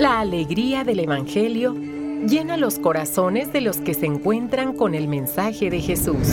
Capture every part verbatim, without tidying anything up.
La alegría del Evangelio llena los corazones de los que se encuentran con el mensaje de Jesús.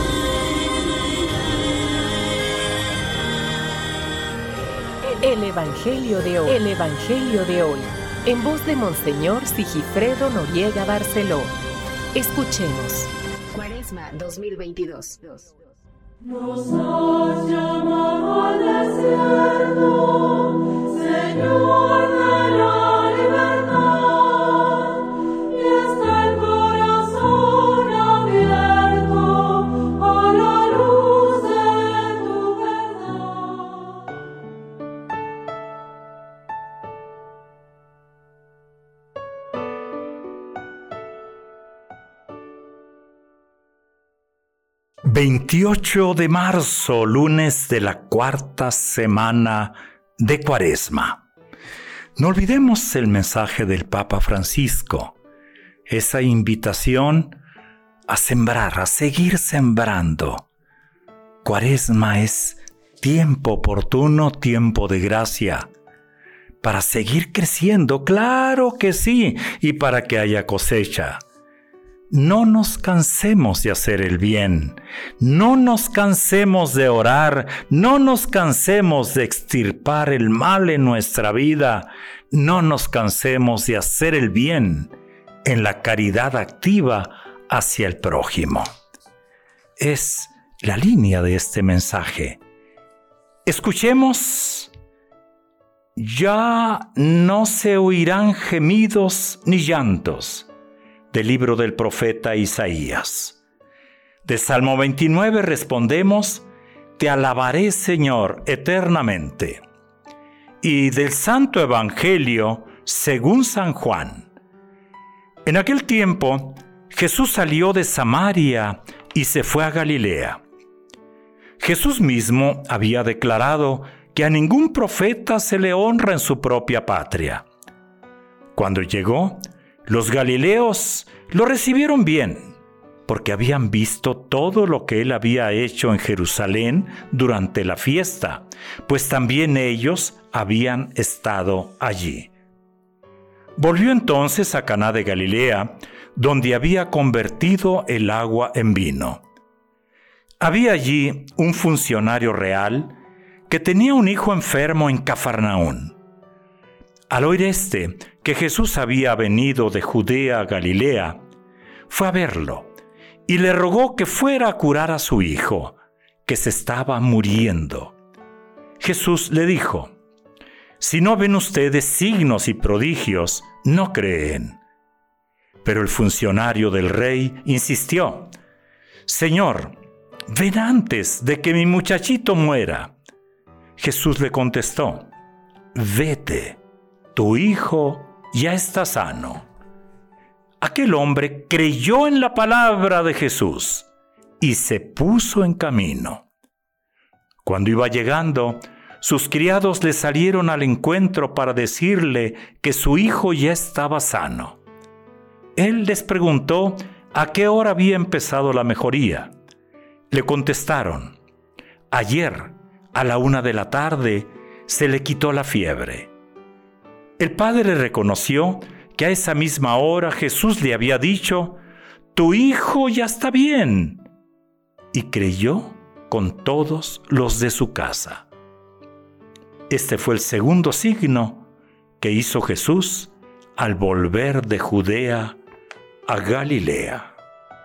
El Evangelio de hoy. El Evangelio de hoy. En voz de Monseñor Sigifredo Noriega Barceló. Escuchemos. Cuaresma dos mil veintidós. Nos has llamado al desierto, Señor de la libertad, y está el corazón abierto a la luz de tu verdad. veintiocho de marzo, lunes de la cuarta semana de Cuaresma. No olvidemos el mensaje del Papa Francisco, esa invitación a sembrar, a seguir sembrando. Cuaresma es tiempo oportuno, tiempo de gracia, para seguir creciendo, claro que sí, y para que haya cosecha. No nos cansemos de hacer el bien, no nos cansemos de orar, no nos cansemos de extirpar el mal en nuestra vida, no nos cansemos de hacer el bien en la caridad activa hacia el prójimo. Es la línea de este mensaje. Escuchemos: ya no se oirán gemidos ni llantos, del libro del profeta Isaías. De Salmo veintinueve respondemos: Te alabaré, Señor, eternamente. Y del Santo Evangelio según San Juan. En aquel tiempo, Jesús salió de Samaria y se fue a Galilea. Jesús mismo había declarado que a ningún profeta se le honra en su propia patria. Cuando llegó, los galileos lo recibieron bien, porque habían visto todo lo que él había hecho en Jerusalén durante la fiesta, pues también ellos habían estado allí. Volvió entonces a Caná de Galilea, donde había convertido el agua en vino. Había allí un funcionario real que tenía un hijo enfermo en Cafarnaún. Al oír éste que Jesús había venido de Judea a Galilea, fue a verlo y le rogó que fuera a curar a su hijo, que se estaba muriendo. Jesús le dijo: Si no ven ustedes signos y prodigios, no creen. Pero el funcionario del rey insistió: Señor, ven antes de que mi muchachito muera. Jesús le contestó: Vete, tu hijo ya está sano. Aquel hombre creyó en la palabra de Jesús y se puso en camino. Cuando iba llegando, sus criados le salieron al encuentro para decirle que su hijo ya estaba sano. Él les preguntó a qué hora había empezado la mejoría. Le contestaron: Ayer, a la una de la tarde, se le quitó la fiebre. El padre reconoció que a esa misma hora Jesús le había dicho: Tu hijo ya está bien. Y creyó con todos los de su casa. Este fue el segundo signo que hizo Jesús al volver de Judea a Galilea.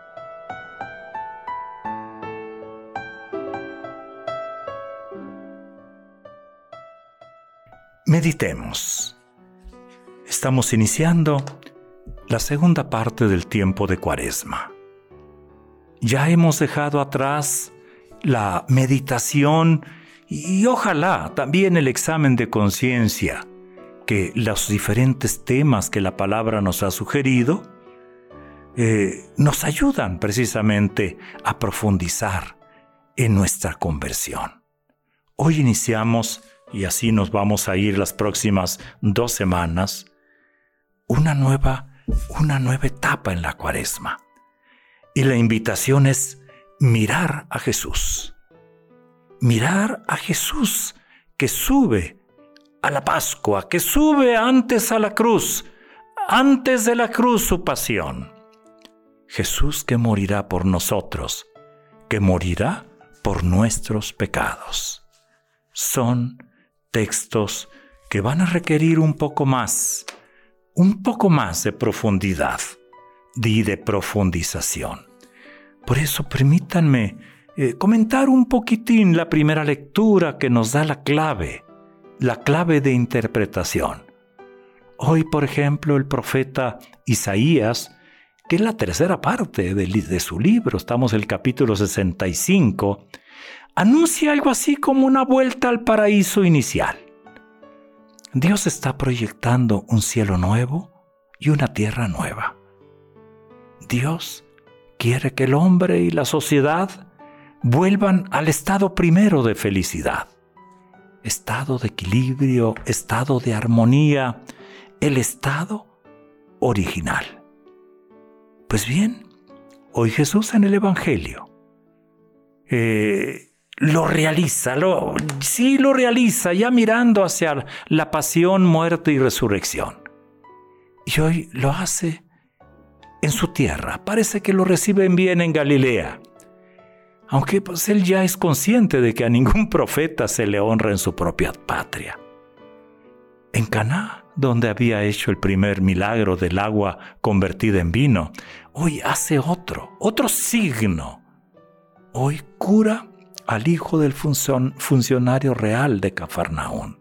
Meditemos. Estamos iniciando la segunda parte del tiempo de Cuaresma. Ya hemos dejado atrás la meditación y ojalá también el examen de conciencia, que los diferentes temas que la palabra nos ha sugerido eh, nos ayudan precisamente a profundizar en nuestra conversión. Hoy iniciamos, y así nos vamos a ir las próximas dos semanas, una nueva, una nueva etapa en la Cuaresma. Y la invitación es mirar a Jesús. Mirar a Jesús que sube a la Pascua, que sube antes a la cruz, antes de la cruz su pasión. Jesús que morirá por nosotros, que morirá por nuestros pecados. Son textos que van a requerir un poco más, un poco más de profundidad y de profundización. Por eso permítanme eh, comentar un poquitín la primera lectura que nos da la clave, la clave de interpretación. Hoy, por ejemplo, el profeta Isaías, que es la tercera parte de, de su libro, estamos en el capítulo sesenta y cinco, anuncia algo así como una vuelta al paraíso inicial. Dios está proyectando un cielo nuevo y una tierra nueva. Dios quiere que el hombre y la sociedad vuelvan al estado primero de felicidad, estado de equilibrio, estado de armonía, el estado original. Pues bien, hoy Jesús en el Evangelio eh, lo realiza, lo, sí lo realiza, ya mirando hacia la pasión, muerte y resurrección. Y hoy lo hace en su tierra. Parece que lo reciben bien en Galilea. Aunque pues él ya es consciente de que a ningún profeta se le honra en su propia patria. En Caná, donde había hecho el primer milagro del agua convertida en vino, hoy hace otro, otro signo. Hoy cura al hijo del funcion- funcionario real de Cafarnaún.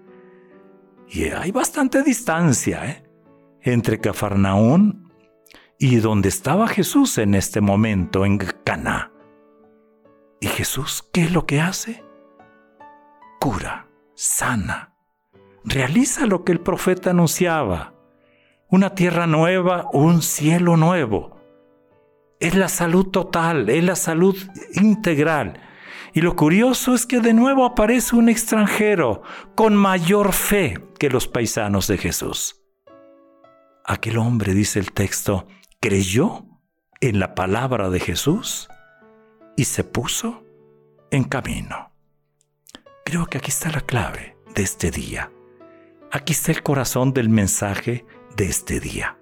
Y hay bastante distancia ¿eh? entre Cafarnaún y donde estaba Jesús en este momento, en Caná. ¿Y Jesús qué es lo que hace? Cura, sana, realiza lo que el profeta anunciaba. Una tierra nueva, un cielo nuevo. Es la salud total, es la salud integral. Y lo curioso es que de nuevo aparece un extranjero con mayor fe que los paisanos de Jesús. Aquel hombre, dice el texto, creyó en la palabra de Jesús y se puso en camino. Creo que aquí está la clave de este día. Aquí está el corazón del mensaje de este día.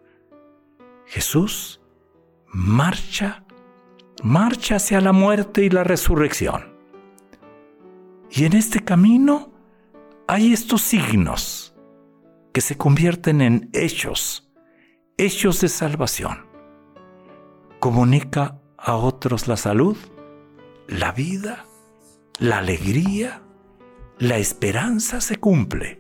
Jesús marcha, marcha hacia la muerte y la resurrección. Y en este camino hay estos signos que se convierten en hechos, hechos de salvación. Comunica a otros la salud, la vida, la alegría, la esperanza se cumple.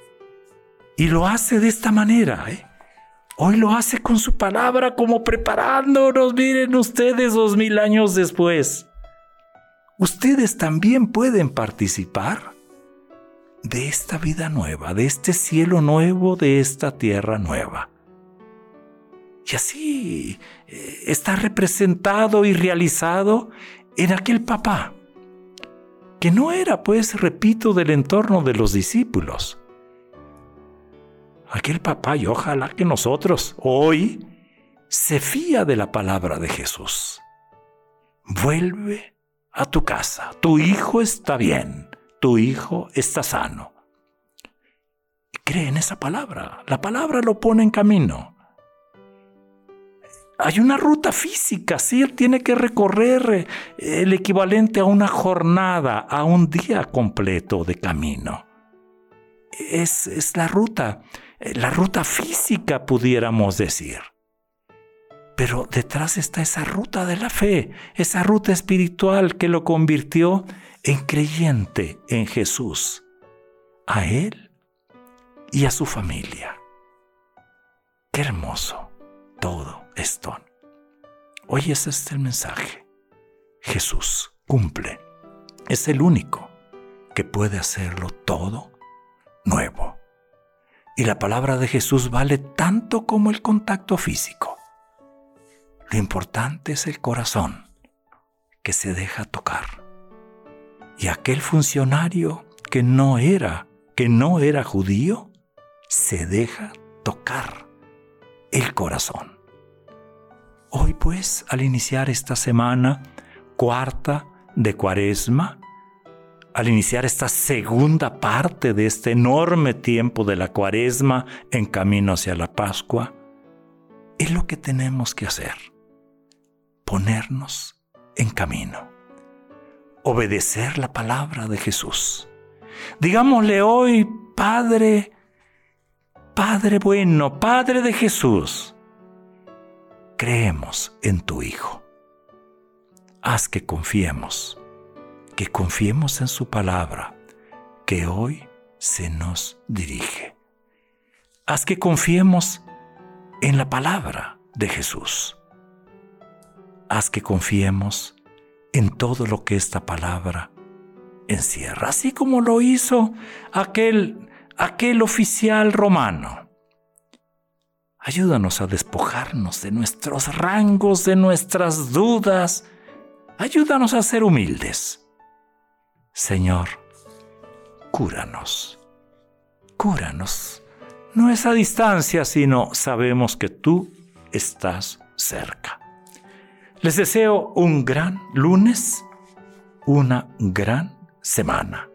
Y lo hace de esta manera, ¿eh? Hoy lo hace con su palabra, como preparándonos, miren ustedes, dos mil años después. Ustedes también pueden participar de esta vida nueva, de este cielo nuevo, de esta tierra nueva. Y así eh, está representado y realizado en aquel papá, que no era, pues, repito, del entorno de los discípulos. Aquel papá, y ojalá que nosotros hoy se fía de la palabra de Jesús. Vuelve a tu casa, tu hijo está bien, tu hijo está sano. Y cree en esa palabra, la palabra lo pone en camino. Hay una ruta física, sí, él tiene que recorrer el equivalente a una jornada, a un día completo de camino. Es, es la ruta, la ruta física, pudiéramos decir. Pero detrás está esa ruta de la fe, esa ruta espiritual que lo convirtió en creyente en Jesús, a él y a su familia. Qué hermoso todo esto. Hoy ese es el mensaje. Jesús cumple. Es el único que puede hacerlo todo nuevo. Y la palabra de Jesús vale tanto como el contacto físico. Lo importante es el corazón que se deja tocar. Y aquel funcionario que no era, que no era judío, se deja tocar el corazón. Hoy, pues, al iniciar esta semana cuarta de Cuaresma, al iniciar esta segunda parte de este enorme tiempo de la Cuaresma en camino hacia la Pascua, es lo que tenemos que hacer: ponernos en camino, obedecer la palabra de Jesús. Digámosle hoy: Padre, Padre bueno, Padre de Jesús, creemos en tu Hijo. Haz que confiemos, que confiemos en su palabra, que hoy se nos dirige. Haz que confiemos en la palabra de Jesús. Haz que confiemos en todo lo que esta palabra encierra, así como lo hizo aquel, aquel oficial romano. Ayúdanos a despojarnos de nuestros rangos, de nuestras dudas. Ayúdanos a ser humildes. Señor, cúranos, cúranos. No es a distancia, sino sabemos que tú estás cerca. Les deseo un gran lunes, una gran semana.